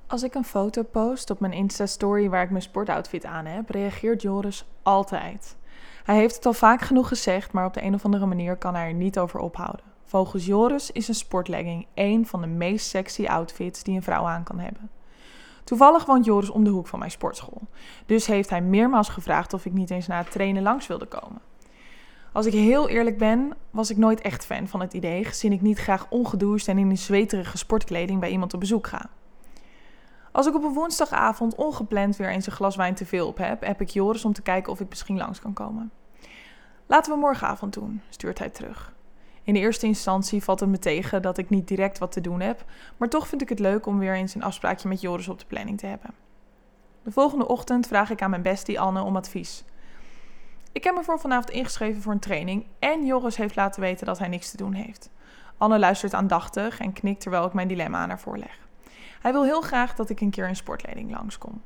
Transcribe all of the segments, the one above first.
Als ik een foto post op mijn Insta-story waar ik mijn sportoutfit aan heb, reageert Joris altijd. Hij heeft het al vaak genoeg gezegd, maar op de een of andere manier kan hij er niet over ophouden. Volgens Joris is een sportlegging één van de meest sexy outfits die een vrouw aan kan hebben. Toevallig woont Joris om de hoek van mijn sportschool, dus heeft hij meermaals gevraagd of ik niet eens na het trainen langs wilde komen. Als ik heel eerlijk ben, was ik nooit echt fan van het idee, gezien ik niet graag ongedoucht en in een zweterige sportkleding bij iemand op bezoek ga. Als ik op een woensdagavond ongepland weer eens een glas wijn te veel op heb, app ik Joris om te kijken of ik misschien langs kan komen. Laten we morgenavond doen, stuurt hij terug. In de eerste instantie valt het me tegen dat ik niet direct wat te doen heb, maar toch vind ik het leuk om weer eens een afspraakje met Joris op de planning te hebben. De volgende ochtend vraag ik aan mijn bestie Anne om advies. Ik heb me voor vanavond ingeschreven voor een training en Joris heeft laten weten dat hij niks te doen heeft. Anne luistert aandachtig en knikt terwijl ik mijn dilemma aan haar voorleg. Hij wil heel graag dat ik een keer in sportkleding langskom.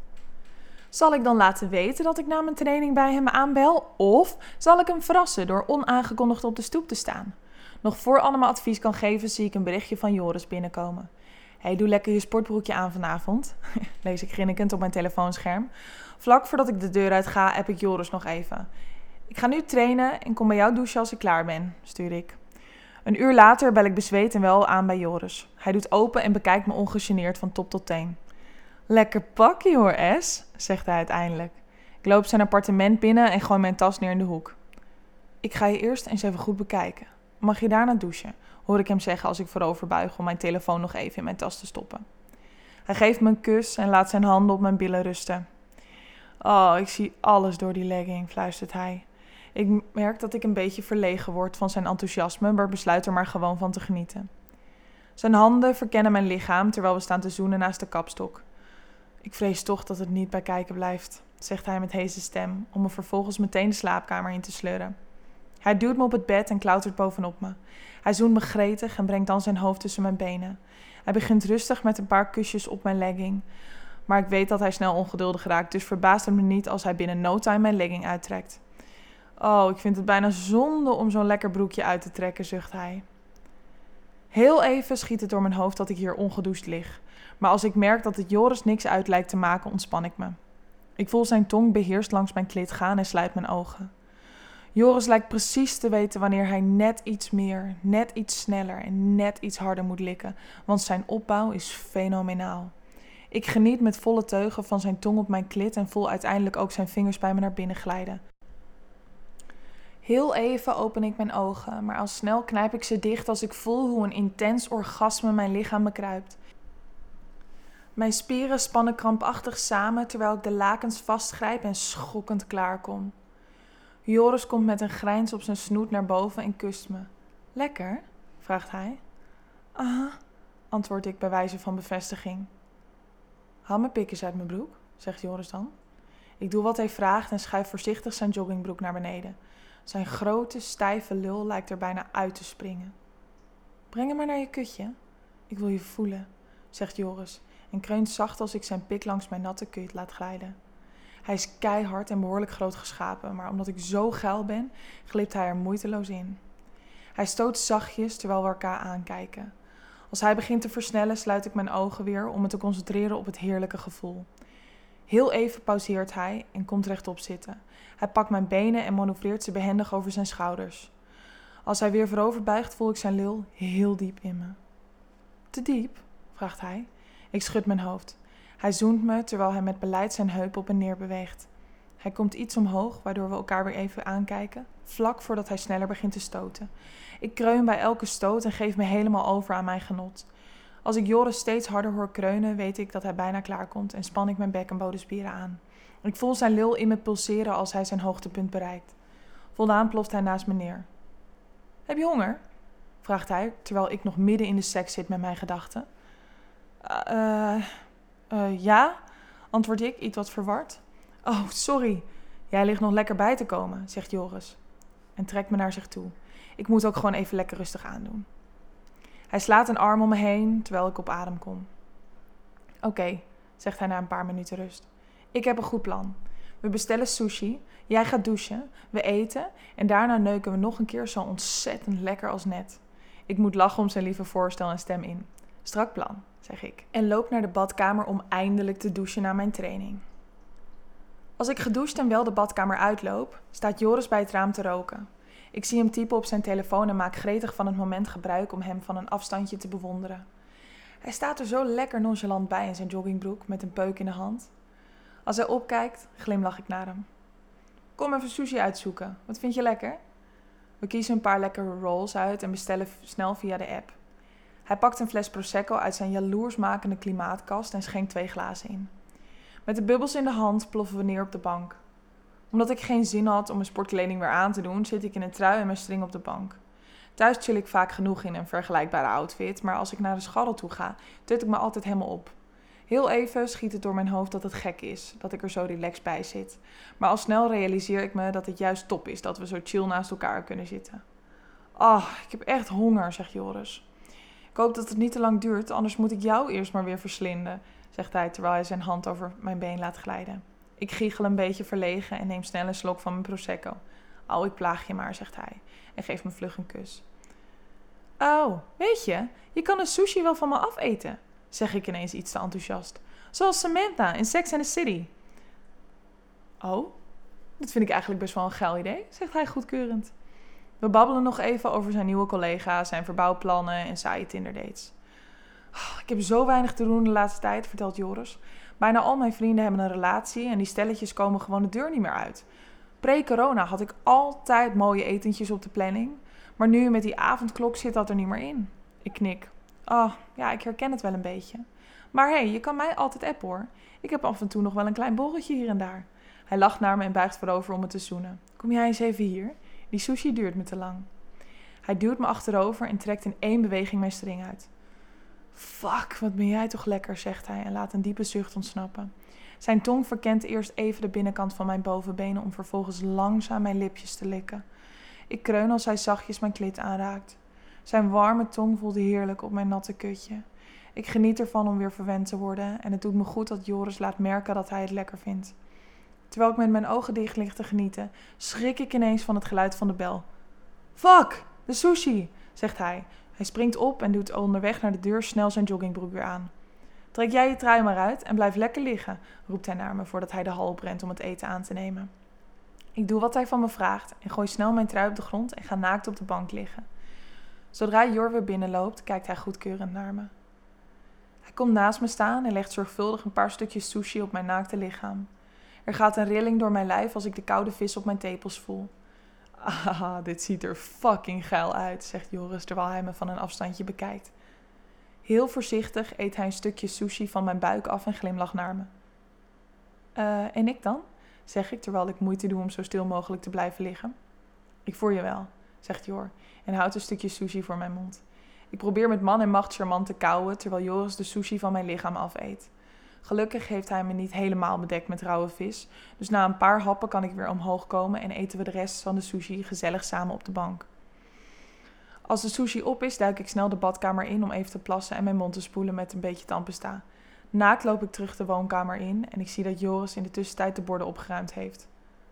Zal ik dan laten weten dat ik na mijn training bij hem aanbel? Of zal ik hem verrassen door onaangekondigd op de stoep te staan? Nog voor Anne me advies kan geven, zie ik een berichtje van Joris binnenkomen. Hey, doe lekker je sportbroekje aan vanavond, lees ik grinnikend op mijn telefoonscherm. Vlak voordat ik de deur uit ga, app ik Joris nog even. Ik ga nu trainen en kom bij jou douchen als ik klaar ben, stuur ik. Een uur later bel ik bezweet en wel aan bij Joris. Hij doet open en bekijkt me ongegeneerd van top tot teen. Lekker pakje hoor, S, zegt hij uiteindelijk. Ik loop zijn appartement binnen en gooi mijn tas neer in de hoek. Ik ga je eerst eens even goed bekijken. Mag je daarna douchen? Hoor ik hem zeggen als ik voorover buig om mijn telefoon nog even in mijn tas te stoppen. Hij geeft me een kus en laat zijn handen op mijn billen rusten. Oh, ik zie alles door die legging, fluistert hij. Ik merk dat ik een beetje verlegen word van zijn enthousiasme, maar besluit er maar gewoon van te genieten. Zijn handen verkennen mijn lichaam terwijl we staan te zoenen naast de kapstok. Ik vrees toch dat het niet bij kijken blijft, zegt hij met heze stem, om me vervolgens meteen de slaapkamer in te sleuren. Hij duwt me op het bed en klautert bovenop me. Hij zoent me gretig en brengt dan zijn hoofd tussen mijn benen. Hij begint rustig met een paar kusjes op mijn legging, maar ik weet dat hij snel ongeduldig raakt, dus verbaast het me niet als hij binnen no time mijn legging uittrekt. Oh, ik vind het bijna zonde om zo'n lekker broekje uit te trekken, zucht hij. Heel even schiet het door mijn hoofd dat ik hier ongedoucht lig. Maar als ik merk dat het Joris niks uit lijkt te maken, ontspan ik me. Ik voel zijn tong beheerst langs mijn klit gaan en sluit mijn ogen. Joris lijkt precies te weten wanneer hij net iets meer, net iets sneller en net iets harder moet likken, want zijn opbouw is fenomenaal. Ik geniet met volle teugen van zijn tong op mijn klit en voel uiteindelijk ook zijn vingers bij me naar binnen glijden. Heel even open ik mijn ogen, maar al snel knijp ik ze dicht als ik voel hoe een intens orgasme mijn lichaam bekruipt. Mijn spieren spannen krampachtig samen terwijl ik de lakens vastgrijp en schokkend klaarkom. Joris komt met een grijns op zijn snoet naar boven en kust me. Lekker? Vraagt hij. Aha, antwoord ik bij wijze van bevestiging. Haal mijn pik eens uit mijn broek, zegt Joris dan. Ik doe wat hij vraagt en schuif voorzichtig zijn joggingbroek naar beneden. Zijn grote, stijve lul lijkt er bijna uit te springen. Breng hem maar naar je kutje. Ik wil je voelen, zegt Joris en kreunt zacht als ik zijn pik langs mijn natte kut laat glijden. Hij is keihard en behoorlijk groot geschapen, maar omdat ik zo geil ben, glipt hij er moeiteloos in. Hij stoot zachtjes terwijl we elkaar aankijken. Als hij begint te versnellen, sluit ik mijn ogen weer om me te concentreren op het heerlijke gevoel. Heel even pauzeert hij en komt rechtop zitten. Hij pakt mijn benen en manoeuvreert ze behendig over zijn schouders. Als hij weer voorover buigt, voel ik zijn lul heel diep in me. Te diep? Vraagt hij. Ik schud mijn hoofd. Hij zoent me terwijl hij met beleid zijn heup op en neer beweegt. Hij komt iets omhoog, waardoor we elkaar weer even aankijken, vlak voordat hij sneller begint te stoten. Ik kreun bij elke stoot en geef me helemaal over aan mijn genot. Als ik Joris steeds harder hoor kreunen, weet ik dat hij bijna klaar komt en span ik mijn bek en bodemspieren aan. Ik voel zijn lul in me pulseren als hij zijn hoogtepunt bereikt. Voldaan ploft hij naast me neer. Heb je honger? Vraagt hij, terwijl ik nog midden in de seks zit met mijn gedachten. Ja, antwoord ik, iets wat verward. Oh, sorry. Jij ligt nog lekker bij te komen, zegt Joris. En trekt me naar zich toe. Ik moet ook gewoon even lekker rustig aandoen. Hij slaat een arm om me heen, terwijl ik op adem kom. Oké, zegt hij na een paar minuten rust. Ik heb een goed plan. We bestellen sushi, jij gaat douchen, we eten en daarna neuken we nog een keer zo ontzettend lekker als net. Ik moet lachen om zijn lieve voorstel en stem in. Strak plan, zegt zeg ik. En loop naar de badkamer om eindelijk te douchen na mijn training. Als ik gedoucht en wel de badkamer uitloop, staat Joris bij het raam te roken. Ik zie hem typen op zijn telefoon en maak gretig van het moment gebruik om hem van een afstandje te bewonderen. Hij staat er zo lekker nonchalant bij in zijn joggingbroek met een peuk in de hand. Als hij opkijkt, glimlach ik naar hem. Kom even sushi uitzoeken. Wat vind je lekker? We kiezen een paar lekkere rolls uit en bestellen snel via de app. Hij pakt een fles Prosecco uit zijn jaloersmakende klimaatkast en schenkt 2 glazen in. Met de bubbels in de hand ploffen we neer op de bank. Omdat ik geen zin had om mijn sportkleding weer aan te doen, zit ik in een trui en mijn string op de bank. Thuis chill ik vaak genoeg in een vergelijkbare outfit, maar als ik naar de scharrel toe ga, tut ik me altijd helemaal op. Heel even schiet het door mijn hoofd dat het gek is, dat ik er zo relaxed bij zit. Maar al snel realiseer ik me dat het juist top is dat we zo chill naast elkaar kunnen zitten. Ik heb echt honger, zegt Joris. Ik hoop dat het niet te lang duurt, anders moet ik jou eerst maar weer verslinden, zegt hij terwijl hij zijn hand over mijn been laat glijden. Ik giechel een beetje verlegen en neem snel een slok van mijn Prosecco. Ik plaag je maar, zegt hij en geeft me vlug een kus. Weet je kan een sushi wel van me afeten, zeg ik ineens iets te enthousiast. Zoals Samantha in Sex and the City. Dat vind ik eigenlijk best wel een geil idee, zegt hij goedkeurend. We babbelen nog even over zijn nieuwe collega, zijn verbouwplannen en saaie Tinderdates. Ik heb zo weinig te doen de laatste tijd, vertelt Joris. Bijna al mijn vrienden hebben een relatie en die stelletjes komen gewoon de deur niet meer uit. Pre-corona had ik altijd mooie etentjes op de planning, maar nu met die avondklok zit dat er niet meer in. Ik knik. Ik herken het wel een beetje. Maar je kan mij altijd appen hoor. Ik heb af en toe nog wel een klein borreltje hier en daar. Hij lacht naar me en buigt voorover om me te zoenen. Kom jij eens even hier? Die sushi duurt me te lang. Hij duwt me achterover en trekt in 1 beweging mijn string uit. Fuck, wat ben jij toch lekker, zegt hij en laat een diepe zucht ontsnappen. Zijn tong verkent eerst even de binnenkant van mijn bovenbenen om vervolgens langzaam mijn lipjes te likken. Ik kreun als hij zachtjes mijn klit aanraakt. Zijn warme tong voelt heerlijk op mijn natte kutje. Ik geniet ervan om weer verwend te worden en het doet me goed dat Joris laat merken dat hij het lekker vindt. Terwijl ik met mijn ogen dicht lig te genieten, schrik ik ineens van het geluid van de bel. Fuck, de sushi, zegt hij. Hij springt op en doet onderweg naar de deur snel zijn joggingbroek weer aan. Trek jij je trui maar uit en blijf lekker liggen, roept hij naar me voordat hij de hal oprent om het eten aan te nemen. Ik doe wat hij van me vraagt en gooi snel mijn trui op de grond en ga naakt op de bank liggen. Zodra Jor weer binnenloopt, kijkt hij goedkeurend naar me. Hij komt naast me staan en legt zorgvuldig een paar stukjes sushi op mijn naakte lichaam. Er gaat een rilling door mijn lijf als ik de koude vis op mijn tepels voel. Dit ziet er fucking geil uit, zegt Joris terwijl hij me van een afstandje bekijkt. Heel voorzichtig eet hij een stukje sushi van mijn buik af en glimlacht naar me. En ik dan? Zeg ik terwijl ik moeite doe om zo stil mogelijk te blijven liggen. Ik voel je wel, zegt Jor en houdt een stukje sushi voor mijn mond. Ik probeer met man en macht charmant te kauwen terwijl Joris de sushi van mijn lichaam afeet. Gelukkig heeft hij me niet helemaal bedekt met rauwe vis, dus na een paar happen kan ik weer omhoog komen en eten we de rest van de sushi gezellig samen op de bank. Als de sushi op is, duik ik snel de badkamer in om even te plassen en mijn mond te spoelen met een beetje tandpasta. Naakt loop ik terug de woonkamer in en ik zie dat Joris in de tussentijd de borden opgeruimd heeft.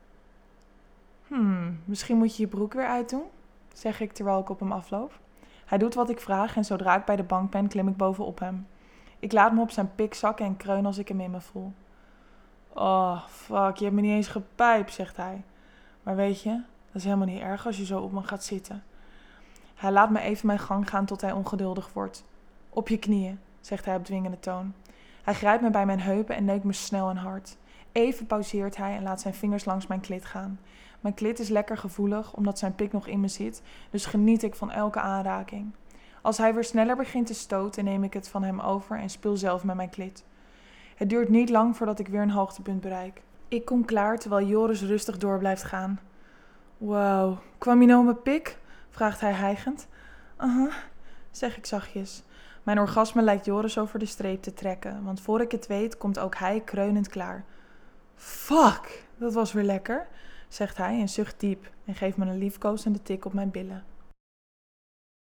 Misschien moet je je broek weer uitdoen, zeg ik terwijl ik op hem afloop. Hij doet wat ik vraag en zodra ik bij de bank ben, klim ik bovenop hem. Ik laat me op zijn pik zakken en kreun als ik hem in me voel. Fuck, je hebt me niet eens gepijpt, zegt hij. Maar weet je, dat is helemaal niet erg als je zo op me gaat zitten. Hij laat me even mijn gang gaan tot hij ongeduldig wordt. Op je knieën, zegt hij op dwingende toon. Hij grijpt me bij mijn heupen en neukt me snel en hard. Even pauzeert hij en laat zijn vingers langs mijn klit gaan. Mijn klit is lekker gevoelig, omdat zijn pik nog in me zit, dus geniet ik van elke aanraking. Als hij weer sneller begint te stoten, neem ik het van hem over en speel zelf met mijn klit. Het duurt niet lang voordat ik weer een hoogtepunt bereik. Ik kom klaar terwijl Joris rustig door blijft gaan. Wow, kwam je nou op mijn pik? Vraagt hij hijgend. Zeg ik zachtjes. Mijn orgasme lijkt Joris over de streep te trekken, want voor ik het weet komt ook hij kreunend klaar. Fuck, dat was weer lekker, zegt hij en zucht diep en geeft me een liefkozende tik op mijn billen.